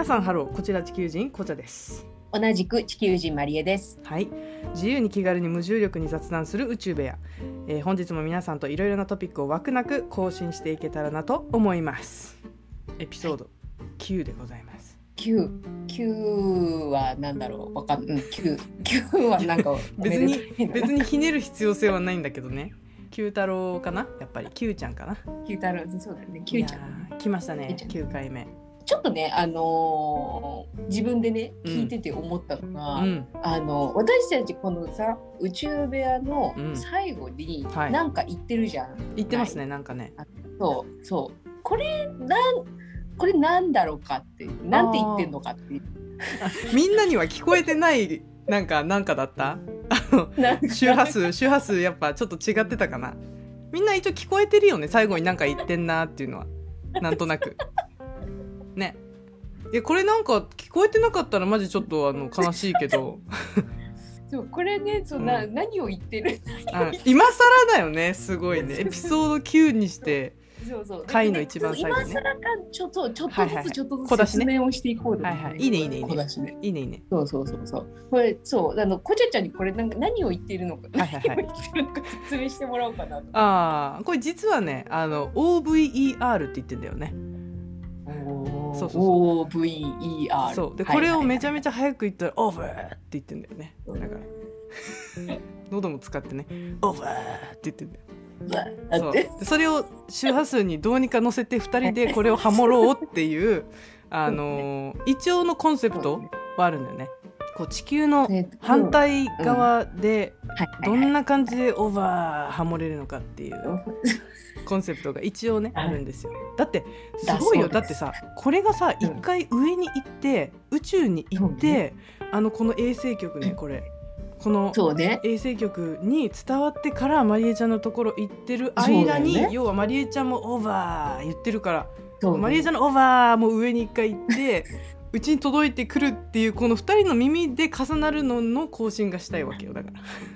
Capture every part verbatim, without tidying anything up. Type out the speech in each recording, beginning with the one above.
皆さんハロー、こちら地球人こちゃです。 同じく地球人マリエです。 はい、自由に気軽に無重力に雑談する宇宙部屋、えー、本日も皆さんといろいろなトピックを枠なく更新していけたらなと思います。エピソードきゅうでございます。 きゅう、きゅうは何だろう、わかんない。きゅう、きゅうはなんか別に別にひねる必要性はないんだけどね。九太郎かな、やっぱり九ちゃんかな。 九太郎、そうだね、九ちゃん。 来ましたね、きゅうかいめ。 ちょっとね、あのー、自分でね聞いてて思ったのが、うん、あの私たちこのさ宇宙部屋の最後に何か言ってるじゃん、うんはい、 言ってますね、なんかね。 そうそうこれなんこれなんだろうかってなんて言ってんのかってみんなには聞こえてないなんかなんかだった周波数周波数やっぱちょっと違ってたかな。みんな一応聞こえてるよね、最後になんか言ってんなっていうのはなんとなくね。いやこれなんか聞こえてなかったらマジちょっとあの悲しいけどそうこれねそんな、うん、何を言ってる今更だよね、すごいね。エピソードきゅうにしてそうそう回の一番最後ね。 今更かちょっとちょっとずつちょっとずつ説明をしていこうと、 はいはい、いいねいいねいいね、 ね、 いいねいいね。 そうそうそうそうこれそうあのこちゃちゃんにこれなんか何を言っているのか、はいはいはい、何を言っているのか説明してもらおうかなと。 ああこれ実はねあの オーブイイーアール って言ってんだよね。 そうそうそう オーブイイーアールそうでこれをめちゃめちゃ早く言ったら、はいはいはい、オーブーって言ってんだよね。だから喉も使ってねオーブーって言ってんだよ。そうでそれを周波数にどうにか乗せてふたりでこれをハモろうっていうあのー、一応のコンセプトはあるんだよね。こう地球の反対側でどんな感じでオーバーハモれるのかっていうコンセプトが一応ねあるんですよ。だってすごいよ。だってさこれがさ一回上に行って宇宙に行ってあのこの衛星局ねこれこの衛星局に伝わってからマリエちゃんのところ行ってる間に、ね、要はマリエちゃんもオーバー言ってるから、ね、マリエちゃんのオーバーも上に一回行ってうちに届いてくるっていうこのふたりの耳で重なるのの更新がしたいわけよ。だから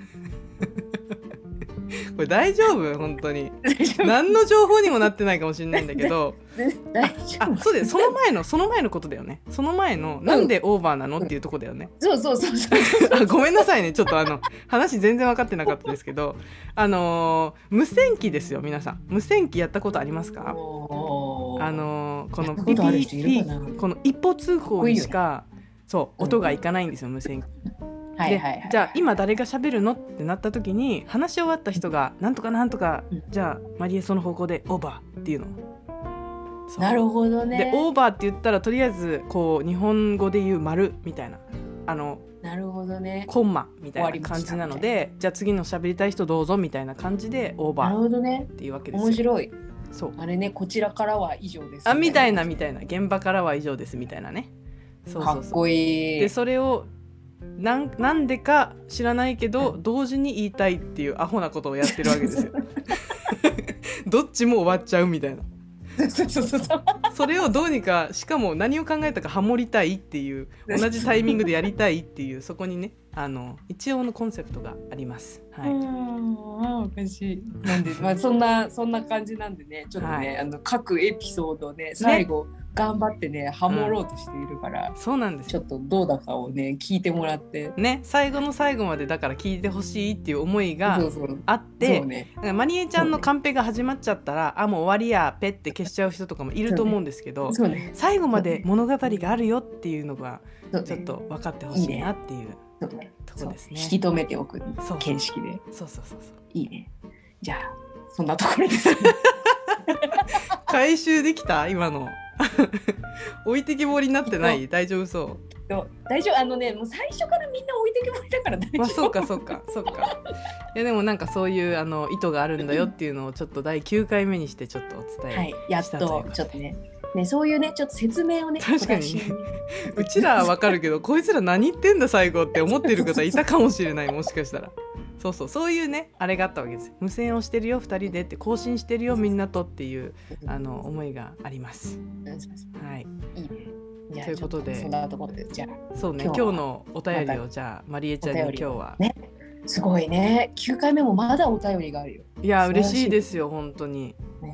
これ大丈夫本当に何の情報にもなってないかもしれないんだけど大丈夫。 あそうだよ、その前のその前のことだよね。その前のなんでオーバーなの、うん、っていうとこだよね。 そうそうそうそうあごめんなさいねちょっとあの話全然分かってなかったですけどあのー、無線機ですよ皆さん。無線機やったことありますか？あのー、このピピピこの一方通行にしかそう音がいかないんですよ無線機。でじゃあ今誰が喋るのってなった時に話し終わった人がなんとかなんとか、うん、じゃあマリエその方向でオーバーっていうの。 なるほどね。 でオーバーって言ったらとりあえずこう日本語で言う丸みたいなあのなるほどねコンマみたいな感じなのでじゃあ次の喋りたい人どうぞみたいな感じでオーバーっていうわけですよ。 面白い。 そうあれねこちらからは以上です、ね、 あみたいなみたいな現場からは以上ですみたいなね。そうそうそうかっこいい。 でそれをな ん, なんでか知らないけど同時に言いたいっていうアホなことをやってるわけですよどっちも終わっちゃうみたいなそうそうそうそれをどうにかしかも何を考えたかハモりたいっていう同じタイミングでやりたいっていうそこにねあの一応のコンセプトがあります。はい、 うんおかしいなんで、まあ、そんなそんな感じなんでねちょっとね、はい、あの各エピソードね最後、ね頑張ってねハモろうとしているから、 うん、そうなんですちょっとどうだかをね聞いてもらってね最後の最後までだから聞いてほしいっていう思いがあってそう、ね、マリエちゃんのカンペが始まっちゃったら、ね、あもう終わりやペッて消しちゃう人とかもいると思うんですけど、そうね、最後まで物語があるよっていうのがちょっと分かってほしいなっていうとこですね。 引き止めておく形式でそうそうそうそういいね。じゃあそんなところです回収できた今の置いてきぼりになってない？大丈夫そう？ 大丈夫。あのねもう最初からみんな置いてきぼりだから大丈夫。 まあ、そうかそうかそうかいやでもなんかそういうあの意図があるんだよっていうのをちょっとだいきゅうかいめにしてちょっとお伝えしたという、はい、 やっとちょっとねねそういうねちょっと説明をね確かにねうちらはわかるけどこいつら何言ってんだ最後って思ってる方いたかもしれないもしかしたらそうそうそういうねあれがあったわけです。無線をしてるよふたりでって更新してるよみんなとっていうあの思いがあります。はい。 いいね。じゃあということでそんなところでじゃあそうね今日のお便りをじゃあマリエちゃんに今日はねすごいねきゅうかいめもまだお便りがあるよ。 いや嬉しいですよ本当に。 ね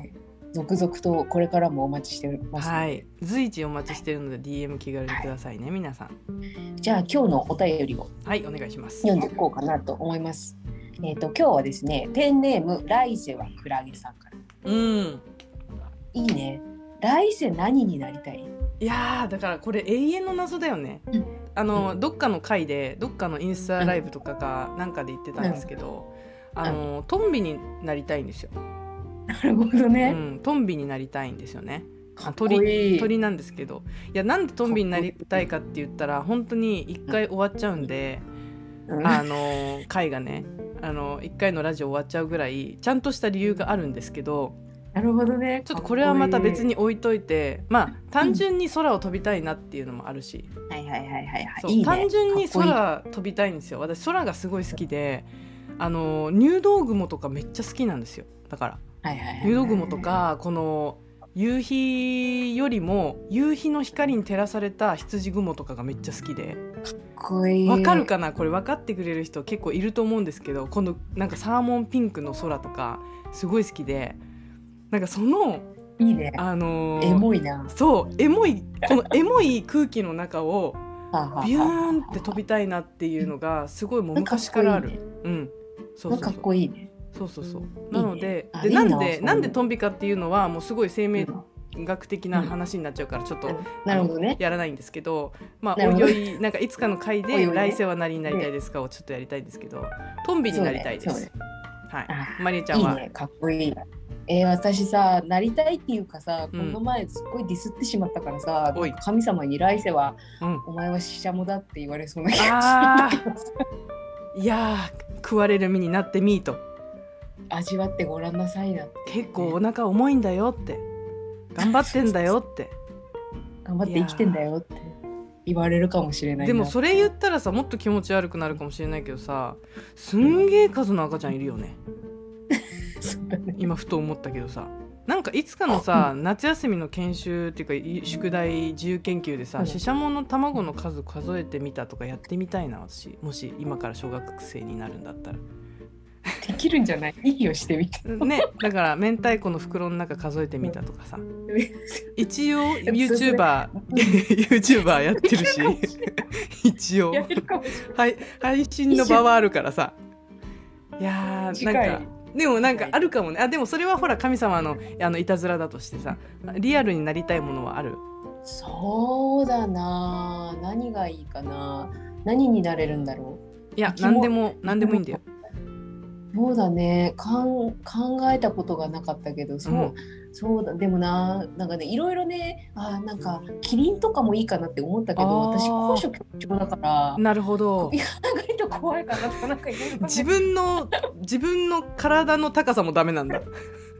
続々とこれからもお待ちしております。 はい、随時お待ちしているので ディーエム 気軽にくださいね、はい、皆さん。 じゃあ今日のお便りをはいお願いします。 読んでいこうかなと思います。えっと今日はですね、ペンネーム来世はクラゲさんから。 うん。 いいね。来世何になりたい？ いやーだからこれ永遠の謎だよね。うん、あの、うん、どっかの回でどっかのインスタライブとかかなんかで言ってたんですけど、うん、あのトンビになりたいんですよ。 なるほどね、 うん、トンビになりたいんですよね。鳥, 鳥なんですけど、いやなんでトンビになりたいかって言ったら本当に一回終わっちゃうんで、うん、あの回がねあの一回のラジオ終わっちゃうぐらいちゃんとした理由があるんですけど、 なるほどね。 ちょっとこれはまた別に置いといて、まあ単純に空を飛びたいなっていうのもあるし、 はいはいはいはいはい。 そういいね、単純に空飛びたいんですよ。私空がすごい好きで、あの入道雲とかめっちゃ好きなんですよ。だから、はいはいはいはい、入道雲とかこの夕日よりも夕日の光に照らされた羊雲とかがめっちゃ好きで、 かっこいい。 わかるかな、これ分かってくれる人結構いると思うんですけど、今度なんかサーモンピンクの空とかすごい好きで、なんかそのいいね、 あのー、 エモいな。 そうエモい、このエモい空気の中をビューンって飛びたいなっていうのがすごいもう昔からある。うん、そうそうそう、 かっこいいね。 そうそうそう。なので、いいね、でなんでなんでトンビかっていうのはもうすごい生命学的な話になっちゃうからちょっと、うん、 なるほどね、 やらないんですけど、まあおいおいなんかいつかの回で来世は何になりたいですかをちょっとやりたいんですけど、トンビになりたいです。ねね、はい。マリエちゃんは？ いいね、かっこいい。えー、私さなりたいっていうかさ、この前すっごいディスってしまったからさ、うん、神様に来世は、うん、お前はシシャモだって言われそうな気がするんだけど、 いやー食われる身になってみーと味わってごらんなさいなって、ね、 結構お腹重いんだよって頑張ってんだよって頑張って生きてんだよって言われるかもしれないな。 でもそれ言ったらさもっと気持ち悪くなるかもしれないけどさ、すんげえ数の赤ちゃんいるよね今ふと思ったけどさ、なんかいつかのさ夏休みの研修っていうか宿題自由研究でさ、シシャモの卵の数数えてみたとかやってみたいな。私もし今から小学生になるんだったらできるんじゃない？いいよしてみてね。だから明太子の袋の中数えてみたとかさ一応 YouTuber, YouTuber やってるし一応配信の場はあるからさ、いやーなんかでもなんかあるかもね。あでもそれはほら神様 の, あのいたずらだとしてさ、リアルになりたいものはある？ そうだな、何がいいかな。何になれるんだろう。いや何でも何でもいいんだよ。 そうだね、かん考えたことがなかったけど、そう、うん、そうだ。でもな、なんかねいろいろね、あなんかキリンとかもいいかなって思ったけど、私高所恐怖症だから。 なるほど。 意外と怖いかなとなんか自分の自分の体の高さもダメなんだ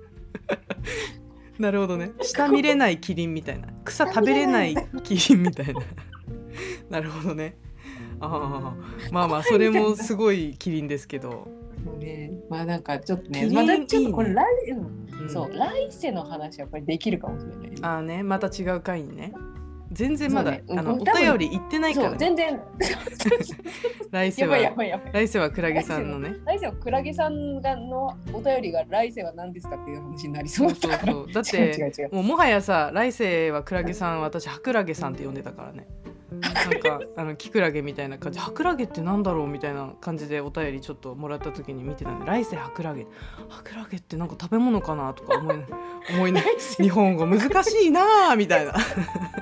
なるほどね。下見れないキリンみたいな、草食べれないキリンみたいななるほどね。あまあまあそれもすごいキリンですけどね、まあなんかちょっとね、まだちょっとこれ来、うん、そう来世の話はこれできるかもしれない。 ああね、また違う回にね。全然まだ、ね、あのお便り言ってないから、ね、 全然来世は来世はクラゲさんのね、 来世はクラゲさんがのお便りが来世は何ですかっていう話になりそうだから。そうそうだって違う違う違う、もうもはやさ来世はクラゲさん、私ハクラゲさんって呼んでたからね。なんかあのキクラゲみたいな感じ、ハクラゲってなんだろうみたいな感じでお便りちょっともらった時に見てたんで、来世ハクラゲハクラゲってなんか食べ物かなとか思い思いね日本語難しいなみたいななんか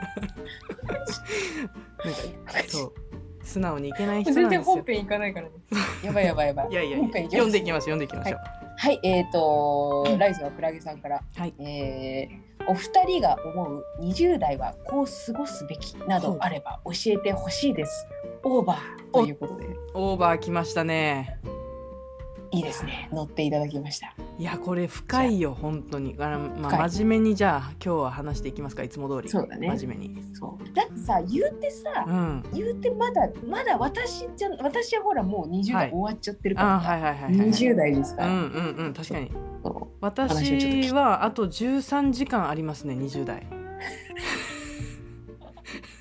そう素直にいけない人なんですよ。 全然本編いかないからね。やばいやばいやばい。 いやいやいや読んでいきましょう読んでいきましょう。 はい、はい、えっ、ー、と来世はクラゲさんから、はい、えーお二人が思うにじゅう代はこう過ごすべきなどあれば教えてほしいです。オーバーということで。 オーバー来ましたね。 いいですね、乗っていただきました。 いやこれ深いよ本当に。あの、まあ、真面目にじゃあ今日は話していきますか、いつも通り。 そうだね、 真面目に。 そうだってさ言うてさ、うん、言うてまだまだ私じゃ私はほらもうにじゅう代終わっちゃってるから、はい、はいはいはいはい、にじゅう代ですから。 うんうんうん、確かに。私はあとじゅうさんじかんありますね、にじゅう代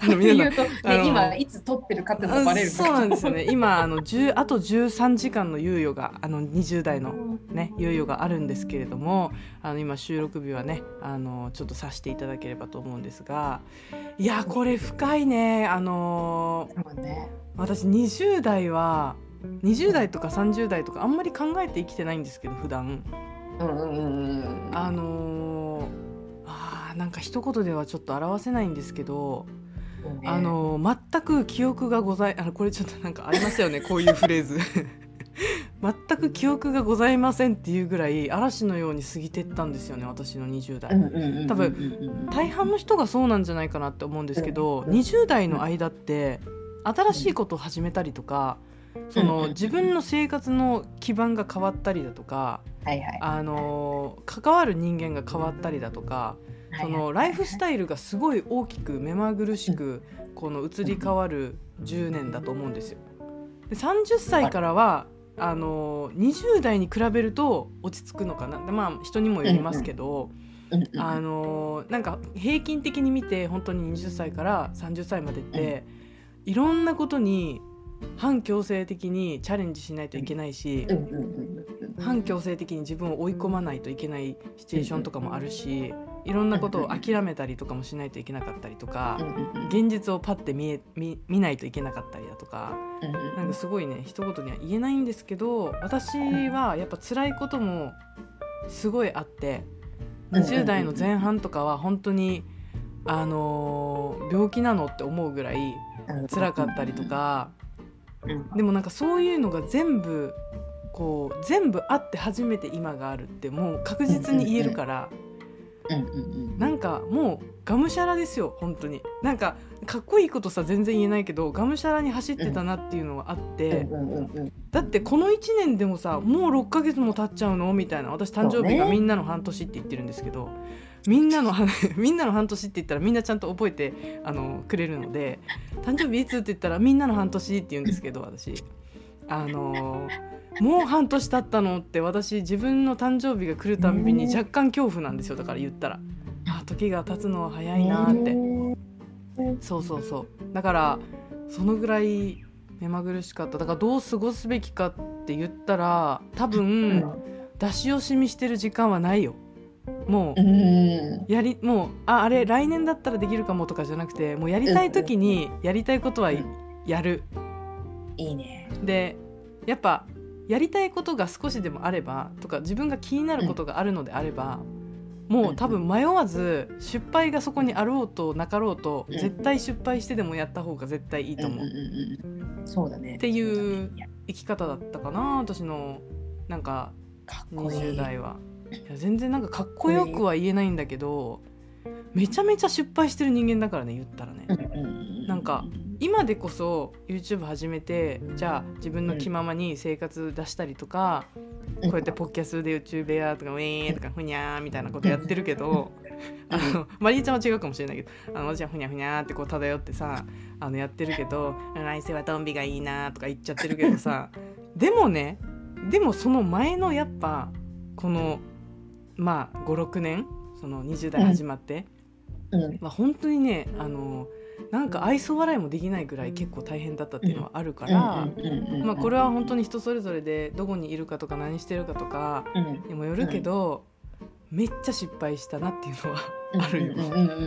あの皆さん言うと、ね、 あの今いつ撮ってるかってのがバレるそうなんですよね。今あのあとじゅうさんじかんの猶予があのにじゅう代の、ね、猶予があるんですけれども、あの今収録日はねあのちょっとさせていただければと思うんですが、いやこれ深いね。あのそうね、 私にじゅう代はにじゅう代とかさんじゅう代とかあんまり考えて生きてないんですけど普段、 うんうんうんうん、 あのあなんか一言ではちょっと表せないんですけど、 そうね、 あの全く記憶がございあのこれちょっとなんかありますよねこういうフレーズ全く記憶がございませんっていうぐらい嵐のように過ぎてったんですよね私のにじゅう代。多分大半の人がそうなんじゃないかなって思うんですけど、にじゅう代の間って新しいことを始めたりとか、その自分の生活の基盤が変わったりだとか、 はいはい、 あの関わる人間が変わったりだとか、そのライフスタイルがすごい大きく目まぐるしくこの移り変わるじゅうねんだと思うんですよ。でさんじゅっさいからはあのにじゅう代に比べると落ち着くのかな。で、まあ人にもよりますけど、あのなんか平均的に見て本当ににじゅっさいからさんじゅっさいまでっていろんなことに反強制的にチャレンジしないといけないし、反強制的に自分を追い込まないといけないシチュエーションとかもあるし、いろんなことを諦めたりとかもしないといけなかったりとか、現実をパッて 見, え 見, 見ないといけなかったりだとか、なんかすごいね一言には言えないんですけど、私はやっぱ辛いこともすごいあって、にじゅう代の前半とかは本当にあのー、病気なのって思うぐらい辛かったりとか、でもなんかそういうのが全部こう全部あって初めて今があるってもう確実に言えるから、なんかもうがむしゃらですよ本当に。なんかかっこいいことさ全然言えないけどがむしゃらに走ってたなっていうのはあって、だってこのいちねんでもさもうろっかげつも経っちゃうのみたいな。私誕生日がみんなの半年って言ってるんですけど、みんなのみんなの半年って言ったらみんなちゃんと覚えてあのくれるので、誕生日いつって言ったらみんなの半年って言うんですけど、私あのもう半年経ったのって私自分の誕生日が来るたんびに若干恐怖なんですよ。だから言ったらあ時が経つのは早いなって。そうそうそう、だからそのぐらい目まぐるしかった。だからどう過ごすべきかって言ったら多分出し惜しみしてる時間はないよ。もうやりもう あ, あれ来年だったらできるかもとかじゃなくて、もうやりたい時にやりたいことはやる。 いいね。 でやっぱやりたいことが少しでもあればとか自分が気になることがあるのであれば、もう多分迷わず失敗がそこにあろうとなかろうと絶対失敗してでもやった方が絶対いいと思う。 そうだね。 っていう生き方だったかな私のなんかにじゅう代は。いや全然なんかかっこよくは言えないんだけど、めちゃめちゃ失敗してる人間だからね言ったらね。なんか今でこそ YouTube 始めてじゃあ自分の気ままに生活出したりとか、こうやってポッキャスで YouTube やとかウェーンとかふにゃーみたいなことやってるけど、あのマリーちゃんは違うかもしれないけど、あの私はふにゃふにゃーってこう漂ってさあのやってるけど、来世はトンビがいいなとか言っちゃってるけどさでもねでもその前のやっぱこのまあごろくねんそのにじゅう代始まって、うんまあ、本当にねあのなんか愛想笑いもできないぐらい結構大変だったっていうのはあるから、まあこれは本当に人それぞれでどこにいるかとか何してるかとかにもよるけど、めっちゃ失敗したなっていうのはあるよ。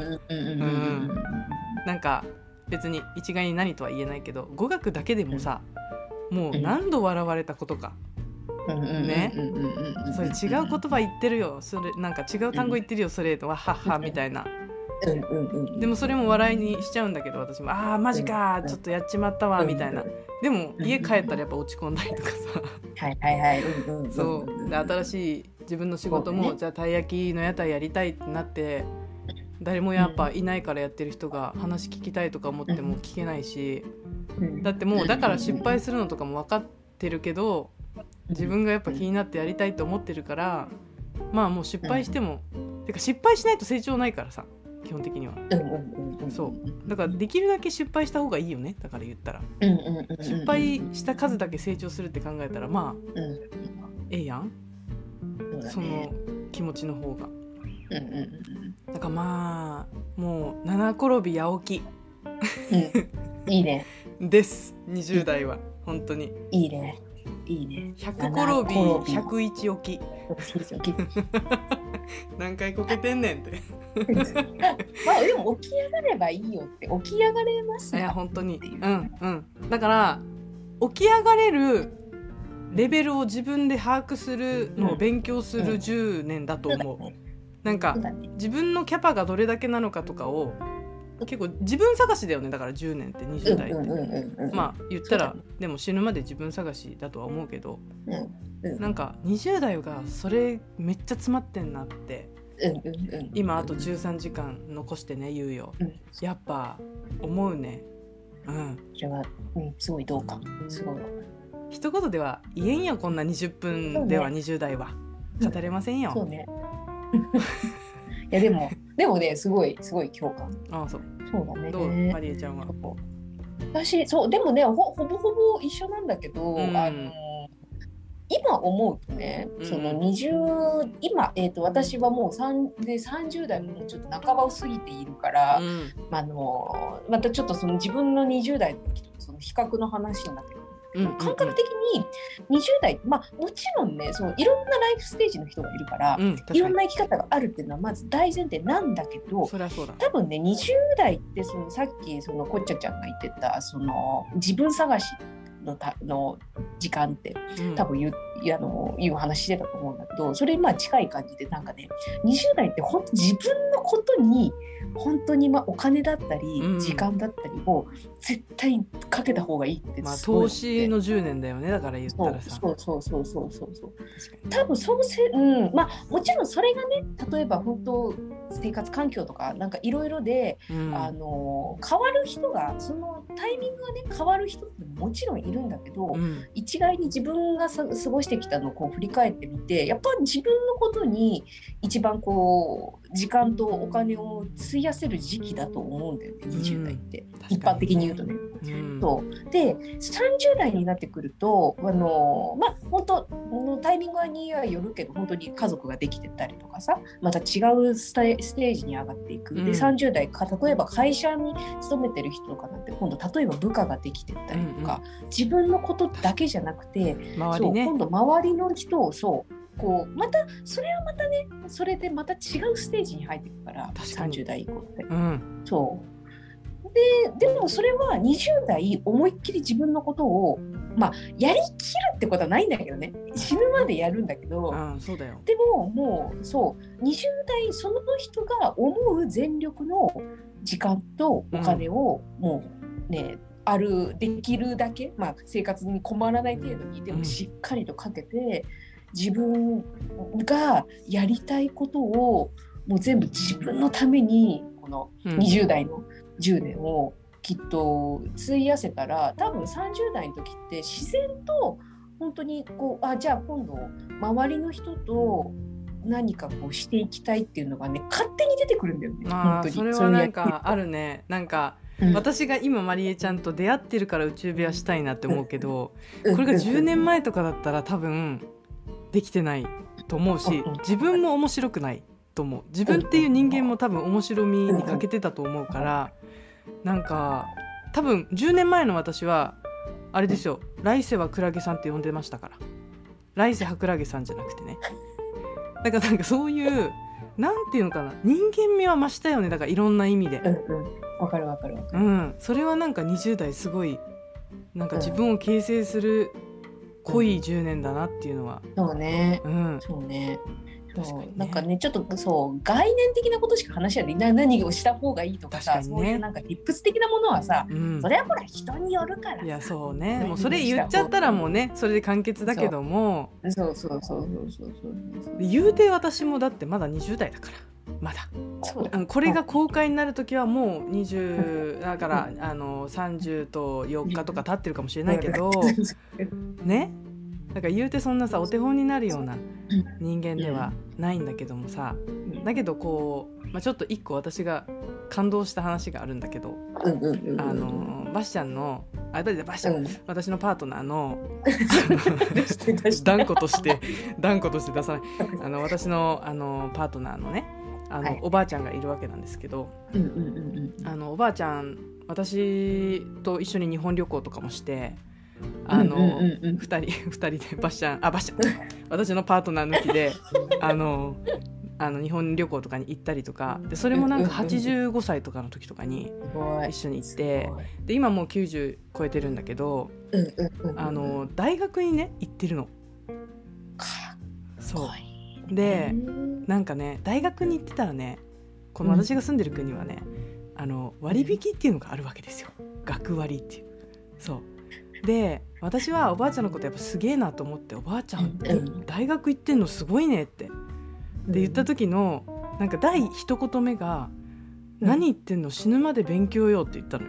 なんか別に一概に何とは言えないけど、語学だけでもさもう何度笑われたことかね、それ違う言葉言ってるよ、それなんか違う単語言ってるよそれとははっはみたいな。でもそれも笑いにしちゃうんだけど、私もあーマジかちょっとやっちまったわみたいな。でも家帰ったらやっぱ落ち込んだりとかさはいはいはい、 そうで新しい自分の仕事も、ね、じゃあたい焼きの屋台やりたいってなって誰もやっぱいないからやってる人が話聞きたいとか思っても聞けないし、だってもうだから失敗するのとかも分かってるけど自分がやっぱ気になってやりたいと思ってるから、まあもう失敗しても、てか失敗しないと成長ないからさ基本的には、そうだからできるだけ失敗した方がいいよね。だから言ったら失敗した数だけ成長するって考えたらまあええやん、その気持ちの方が。だからまあもう七転び八起きうん、いいねですにじゅう代は本当にいいねいいねひゃく転びひゃくいち起き何回こけてんねんってまあでも起き上がればいいよって起き上がれますよいや本当にうんうんだから起き上がれるレベルを自分で把握するのを勉強するじゅうねんだと思う、うんうん、なんか、ね、自分のキャパがどれだけなのかとかを結構自分探しだよねだからじゅうねんってにじゅう代って、うんうんうんうん、まあ言ったら、ね、でも死ぬまで自分探しだとは思うけど、うんうん、なんかにじゅう代がそれめっちゃ詰まってんなって、うんうんうん、今あとじゅうさんじかん残してね言うよ、うん、やっぱ思うねうんそれは、うん、すごいどうかすごい一言では言えんよこんなにじゅっぷんではにじゅう代は、ね、語れませんよそうねいやでもでもねすごいすごい共感ああそうそうだねどうマリエちゃんは私そうでもね ほ, ほぼほぼ一緒なんだけど、うん、あの今思うとね、うん、そのにじゅう今、えー、と私はもうさんでさんじゅう代もちょっと半ばを過ぎているから、うんあのまたちょっとその自分のにじゅう代の時とその比較の話になってくる。感覚的ににじゅう代、まあもちろんねそういろんなライフステージの人がいるから、うん、いろんな生き方があるっていうのはまず大前提なんだけどそりゃそうだ多分ねにじゅう代ってそのさっきそのこっちゃちゃんが言ってたその自分探しの, たの時間って多分言う、うん、あのいう話してたと思うんだけどそれにまあ近い感じでなんかねにじゅう代って本当自分のことに本当にまあお金だったり、うん、時間だったりを絶対かけた方がいいってまあ投資のじゅうねんだよねだから言ったらさそうそうそうそうそうそう多分そうせうんまあもちろんそれがね例えば本当生活環境とかなんかいろいろで、うん、あの変わる人がそのタイミングがね変わる人ってもちろんいるんだけど、うん、一概に自分がさ過ごしてきたのをこう振り返ってみてやっぱり自分のことに一番こう時間とお金を費やせる時期だと思うんだよねにじゅう代って、うん、一般的に言うとね、うん、そうでさんじゅう代になってくるとあのまあ本当タイミングにはよるけど本当に家族ができてたりとかさまた違うステージに上がっていく、うん、でさんじゅう代か例えば会社に勤めてる人とかなんて今度例えば部下ができてたりとか、うんうん、自分のことだけじゃなくて周り、ね、そう今度周りの人をそうこうまたそれはまたねそれでまた違うステージに入っていくからさんじゅう代以降って、うん、そうででもそれはにじゅう代思いっきり自分のことをまあやりきるってことはないんだけどね死ぬまでやるんだけど、 うん、そうだよでももうそうにじゅう代その人が思う全力の時間とお金をもうね、うんあるできるだけ、まあ、生活に困らない程度にでもしっかりとかけて、うん、自分がやりたいことをもう全部自分のためにこのにじゅう代のじゅうねんをきっと費やせたら多分さんじゅう代の時って自然と本当にこうあじゃあ今度周りの人と何かこうしていきたいっていうのがね勝手に出てくるんだよね。 あ本当にそれはなんかあるねなんかうん、私が今マリエちゃんと出会ってるから宇宙部屋したいなって思うけど、うん、これがじゅうねんまえとかだったら多分できてないと思うし自分も面白くないと思う自分っていう人間も多分面白みに欠けてたと思うからなんか多分じゅうねんまえの私はあれですよ来世はクラゲさんって呼んでましたから来世はクラゲさんじゃなくてねだからなんかそういうなんていうのかな人間味は増したよねだからいろんな意味でうんうんわかるわかるわかる、 うん、それはなんかにじゅう代すごいなんか自分を形成する濃いじゅうねんだなっていうのは、 うん、そうね、うん、そうねそうねなんかねちょっとそう概念的なことしか話はできない何をした方がいいとかさ、ね、そういうなんかリップス的なものはさ、うん、それはほら人によるからさいやそうねもうそれ言っちゃったらもうねそれで完結だけどもそうそうそうそうそうそう言うて私もだってまだにじゅう代だからまだあのこれが公開になるときはもうにじゅうだから、うん、あのさんじゅうとよっかとか経ってるかもしれないけどねだから言うてそんなさお手本になるような人間ではないんだけどもさだけどこう、まあ、ちょっと一個私が感動した話があるんだけどあのバシちゃんのあバシちゃん、うん、私のパートナーの断固として断固として出さないあの私の、あのパートナーのねあの、 はい、 おばあちゃんがいるわけなんですけど、 うんうんうんうん、 あのおばあちゃん私と一緒に日本旅行とかもして、あの、 うんうんうんうん、 ふたりふたりでバッシャンあバッシャン私のパートナー抜きであのあの日本旅行とかに行ったりとかで、それもなんかはちじゅうごさいとかの時とかに一緒に行って、で今もうきゅうじゅう超えてるんだけど、 うんうんうんうん、 あの大学にね行ってるの。 かそうでなんかね大学に行ってたらね、この私が住んでる国はね、うん、あの割引っていうのがあるわけですよ。学割っていう。そうで私はおばあちゃんのことやっぱすげえなと思って、おばあちゃん大学行ってんのすごいねってで言った時のなんか第一言目が、うん、何言ってんの死ぬまで勉強よって言ったのよ。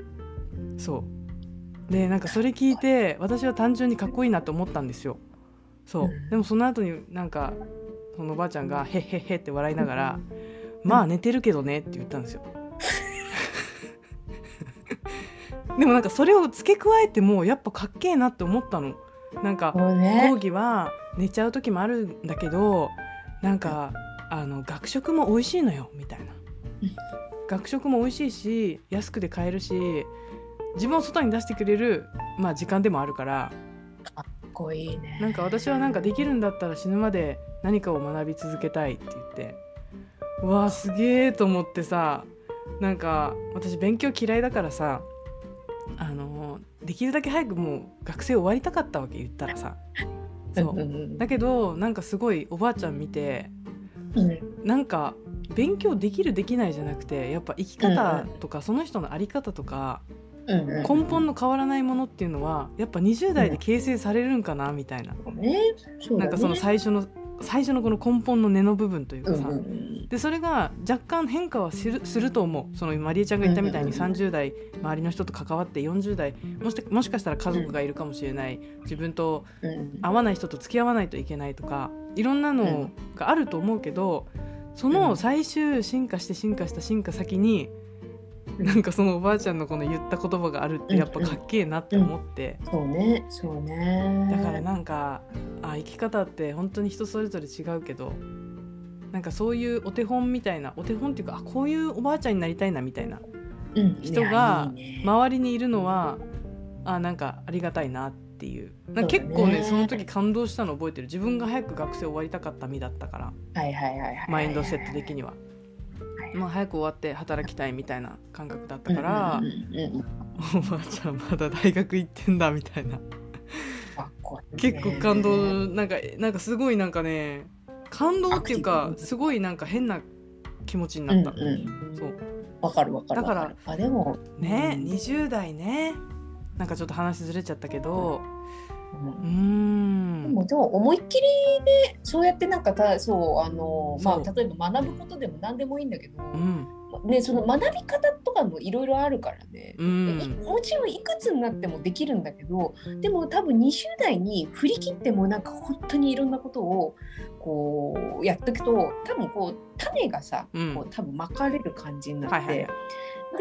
そうでなんかそれ聞いて私は単純にかっこいいなと思ったんですよ。そうでもその後になんかそのおばあちゃんがへっへっへって笑いながら、うん、まあ寝てるけどねって言ったんですよでもなんかそれを付け加えてもやっぱかっけえなって思ったの。なんか講義は寝ちゃう時もあるんだけど、なんかあの学食も美味しいのよみたいな、学食も美味しいし安くで買えるし自分を外に出してくれる、まあ、時間でもあるから、 かっこいいね。 なんか私はなんかできるんだったら死ぬまで何かを学び続けたいって言って、うわーすげーと思ってさ、なんか私勉強嫌いだからさ、あのできるだけ早くもう学生終わりたかったわけ言ったらさそうだけどなんかすごいおばあちゃん見て、うん、なんか勉強できるできないじゃなくてやっぱ生き方とかその人の在り方とか、うんうん、根本の変わらないものっていうのはやっぱにじゅう代で形成されるんかなみたいな、うんねそうだね、なんかその最初の最初のこの根本の根の部分というかさ、うんうん、でそれが若干変化はする、すると思う。そのマリエちゃんが言ったみたいにさんじゅう代周りの人と関わってよんじゅう代 もし、もしかしたら家族がいるかもしれない、自分と合わない人と付き合わないといけないとかいろんなのがあると思うけど、その最終進化して進化した進化先になんかそのおばあちゃんのこの言った言葉があるってやっぱかっけえなって思って、 うんうん、そうねそうね。 だからなんかあ生き方って本当に人それぞれ違うけど、なんかそういうお手本みたいなお手本っていうか、あこういうおばあちゃんになりたいなみたいな人が周りにいるのは、うん、あなんかありがたいなっていう。なんか結構ね そ, ねその時感動したの覚えてる。自分が早く学生終わりたかった身だったから、 はいはいはいはい、 マインドセット的にはまあ、早く終わって働きたいみたいな感覚だったから、うんうんうんうん、おばあちゃんまだ大学行ってんだみたいな結構感動。なんかなんかすごいなんかね感動っていうかすごいなんか変な気持ちになった、うんうん、そうわかるわかる。 だからあでもね、うん、にじゅう代ね、なんかちょっと話ずれちゃったけど、 うん、うーんでもでも思いっきりねそうやってなんかたそうあのまあ例えば学ぶことでも何でもいいんだけど、うんね、その学び方とかもいろいろあるからね、うん、もちろんいくつになってもできるんだけど、でも多分にじゅう代に振り切ってもなんか本当にいろんなことをこうやっていくと多分こう種がさ、うん、こう多分まかれる感じになって、はいはいはい、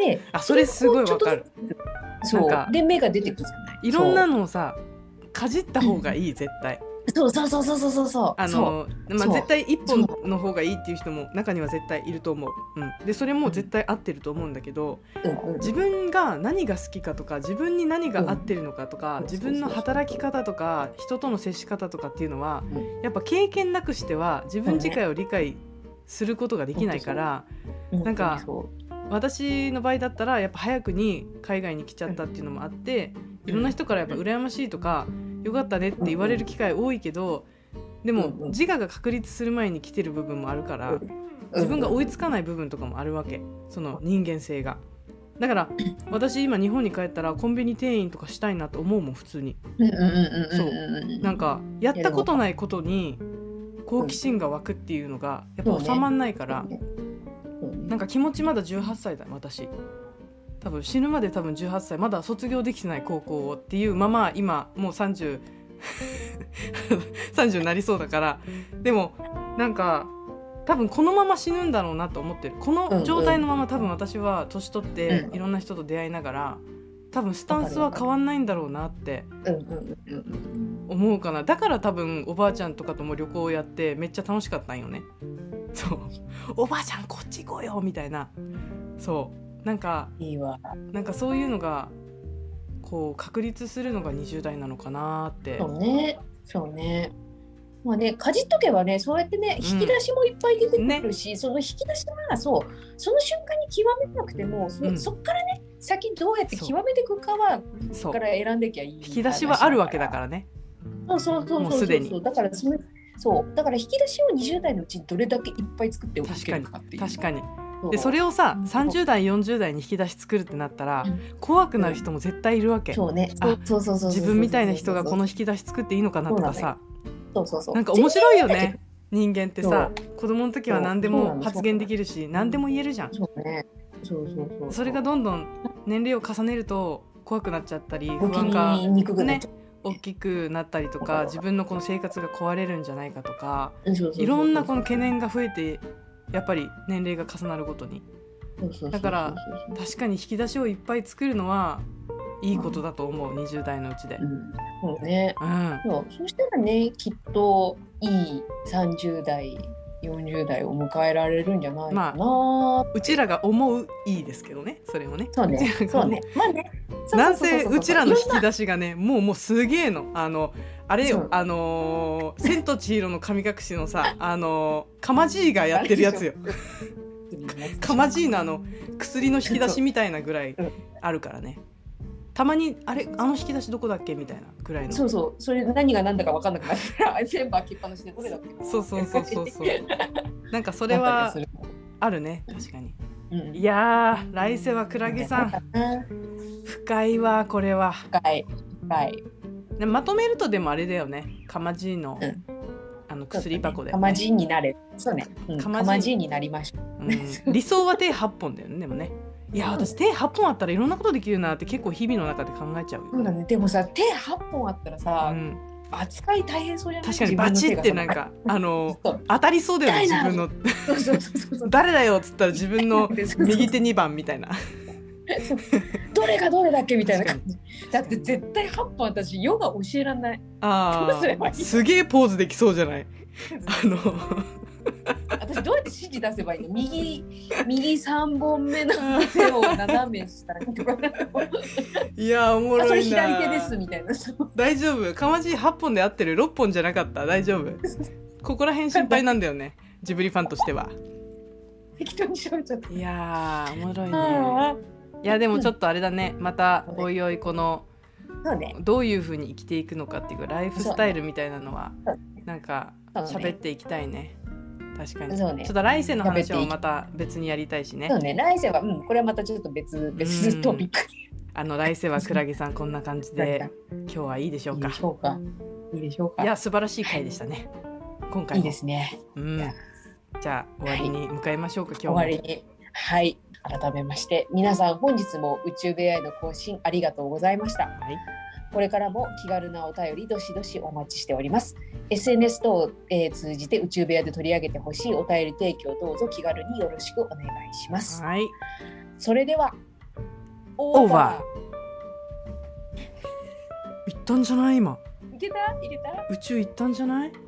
であそれすごいわかる。 そうなんかで芽が出てくるじゃない。 いろんなのをさかじった方がいい、うん、絶対。 そうそうそうそうそうそうあのまあ、絶対一本の方がいいっていう人も中には絶対いると思う、うん、でそれも絶対合ってると思うんだけど、うん、自分が何が好きかとか自分に何が合ってるのかとか、うん、自分の働き方とか人との接し方とかっていうのは、うん、やっぱ経験なくしては自分自体を理解することができないから、うん、なんか私の場合だったらやっぱ早くに海外に来ちゃったっていうのもあって、いろんな人からやっぱ羨ましいとかよかったねって言われる機会多いけど、でも自我が確立する前に来てる部分もあるから自分が追いつかない部分とかもあるわけ、その人間性が。だから私今日本に帰ったらコンビニ店員とかしたいなと思うもん普通に。そうなんかやったことないことに好奇心が湧くっていうのがやっぱ収まんないから、なんか気持ちまだじゅうはっさいだ私多分死ぬまで多分じゅうはっさいまだ卒業できてない高校をっていうまま今もうさんじゅう さんじゅうになりそうだから、でもなんか多分このまま死ぬんだろうなと思ってる。この状態のまま多分私は年取っていろんな人と出会いながら多分スタンスは変わんないんだろうなって思うかな。だから多分おばあちゃんとかとも旅行をやってめっちゃ楽しかったんよね。 そうおばあちゃんこっち行こうよみたいな、そうなんかいいわ。 なんかそういうのがこう確立するのがにじゅう代なのかなって。 そうねそうね。まあね、かじっとけばね、そうやってね、引き出しもいっぱい出てくるし、ね、その引き出しがそうその瞬間に極めなくても そ,、うん、そっからね先どうやって極めていくかはそっから選んできゃいい。 引き出しはあるわけだからね。 そうそうそうそうそうそう。だからそのそうだから引き出しをにじゅう代のうちにどれだけいっぱい作っておけるかっていう。 確かに確かに。でそれをささんじゅう代よんじゅう代に引き出し作るってなったら、うん、怖くなる人も絶対いるわけ。 そうね。 自分みたいな人がこの引き出し作っていいのかなとかさ。 そうそうそうなんか面白いよね。人間ってさ子供の時は何でも発言できるし何でも言えるじゃん。 そうね。そうそうそう。 それがどんどん年齢を重ねると怖くなっちゃったり不安がね大きくなったりとか自分のこの生活が壊れるんじゃないかとかいろんなこの懸念が増えてやっぱり年齢が重なるごとにだから確かに引き出しをいっぱい作るのはいいことだと思う、うん、にじゅう代のうちで、 うん、そうね、うん、そうそしたらねきっといいさんじゅう代よんじゅう代を迎えられるんじゃないかな、まあ、 うちらが思ういいですけどねそれもねそうねそうねまあねなんせうちらの引き出しがねもうもうすげえのあのあれよあのー、千と千尋の神隠しのさあのー、かまじいがやってるやつよかまじいのあの薬の引き出しみたいなぐらいあるからねたまにあれあの引き出しどこだっけみたいなぐらいのそうそうそれ何が何だか分かんなくなって全部開けっぱなしでどれだっけそうそうそうそうそうなんかそれはあるね確かに、うん、いやー来世はクラゲさん深いわこれは深い深いでまとめるとでもあれだよねかまじいの、うん、あの薬箱で、ね、 かまじいになれそうね、うん、かまじいになりました、 うん、理想は手はっぽんだよねでもねいや私手はっぽんあったらいろんなことできるなって結構日々の中で考えちゃうよ。 そうだね。でもさ手はっぽんあったらさ、うん、扱い大変そうじゃない？ 確かにバチってなんかあの当たりそうだよね自分のそうそうそうそう誰だよっつったら自分の右手にばんみたいなどれがどれだっけみたいな感じだって絶対はっぽん私ヨガ教えらんない。 あどうすればいい？すげえポーズできそうじゃないあの私どうやって指示出せばいいの？右右さんぼんめの手を斜め下にとかいやおもろいな。 それ左手ですみたいな。 大丈夫かまじいはっぽんで合ってるろっぽんじゃなかった大丈夫ここら辺心配なんだよねジブリファンとしては。 適当に調べちゃった。 いやおもろいね。いやでもちょっとあれだねまたおいおいこのそうね、 どういう風に生きていくのかっていうかライフスタイルみたいなのはなんか喋っていきたいね。確かにそう、ね、ちょっと来世の話はまた別にやりたいしね。 そうね来世は、うん、これはまたちょっと別別トピック。 あの来世はクラゲさんこんな感じで今日はいいでしょうか。 いいでしょうか。いいでしょうか。 いや素晴らしい回でしたね今回も。 いいですね。 うん、じゃあ終わりに向かいましょうか、はい、今日も。 終わりにはい改めまして皆さん本日も宇宙部屋への更新ありがとうございました。はいこれからも気軽なお便りどしどしお待ちしております。エスエヌエス 等を、えー、通じて宇宙部屋で取り上げてほしいお便り提供どうぞ気軽によろしくお願いします。 はい。 それではオーバー。いったんじゃない今。 いけた？いけた？ 宇宙いったんじゃない？